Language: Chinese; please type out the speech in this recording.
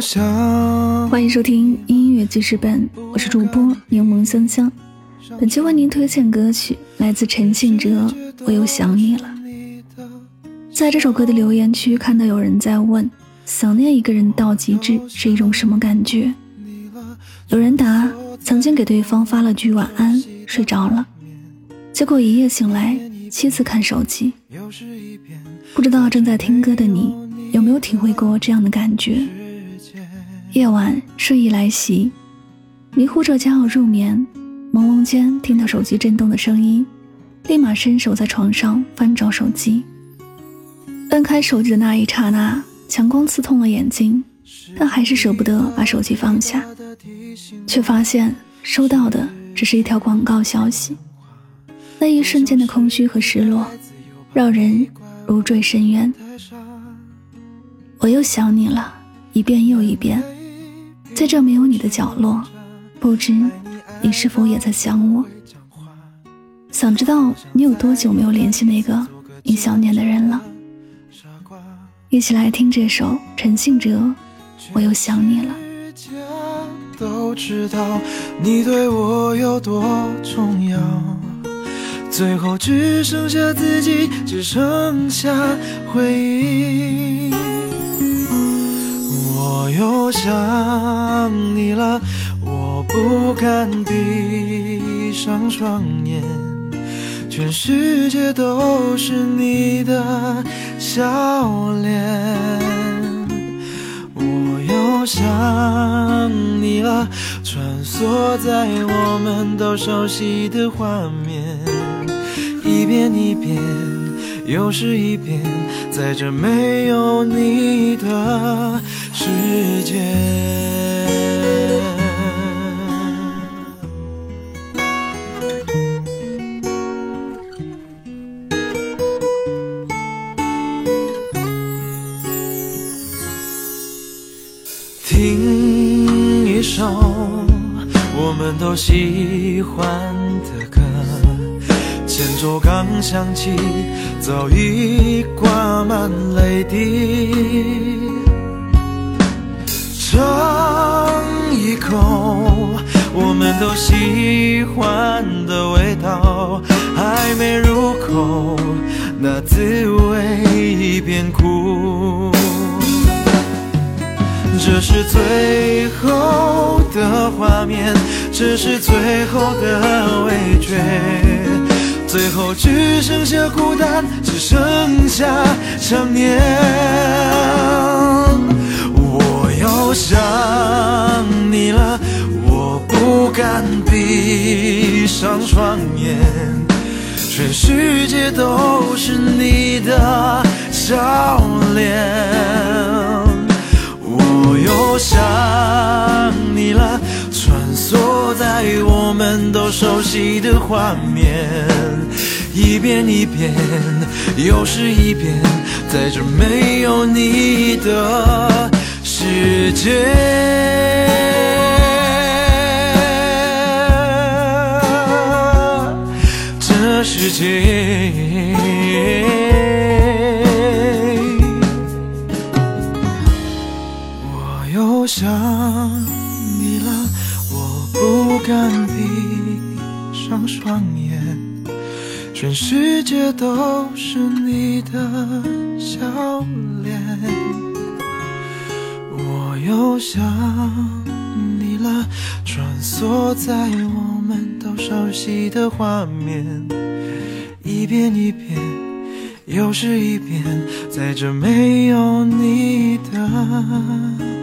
欢迎收听音乐记事本，我是主播柠檬香香。本期为您推荐歌曲来自陈信哲《我又想你了》。在这首歌的留言区看到有人在问，想念一个人到极致是一种什么感觉？有人答，曾经给对方发了句晚安，睡着了，结果一夜醒来7次看手机。不知道正在听歌的你有没有体会过这样的感觉？夜晚睡意来袭，迷糊着将要入眠，朦胧间听到手机震动的声音，立马伸手在床上翻找手机。摁开手机的那一刹那，强光刺痛了眼睛，但还是舍不得把手机放下，却发现收到的只是一条广告消息。那一瞬间的空虚和失落，让人如坠深渊。我又想你了，一遍又一遍，在这没有你的角落，不知你是否也在想我？想知道你有多久没有联系那个你想念的人了？一起来听这首陈信哲《我又想你了》。 都知道你对我有多重要，最后只剩下自己，只剩下回忆。我又想你了，我不敢闭上双眼，全世界都是你的笑脸。我又想你了，穿梭在我们都熟悉的画面，一遍一遍又是一遍，在这没有你的世界。听一首我们都喜欢的歌，前奏刚响起，早已挂满泪滴。尝一口我们都喜欢的味道，还没入口，那滋味已变苦。这是最后的画面，这是最后的味觉，最后只剩下孤单，只剩下想念。我又想你了，我不敢闭上双眼，全世界都是你的笑脸。我又想你了，穿梭在我们都熟悉的画面，一遍一遍又是一遍，在这没有你的世界。这世界我想你了，我不敢闭上双眼，全世界都是你的笑脸。我又想你了，穿梭在我们都熟悉的画面，一遍一遍又是一遍，在这没有你的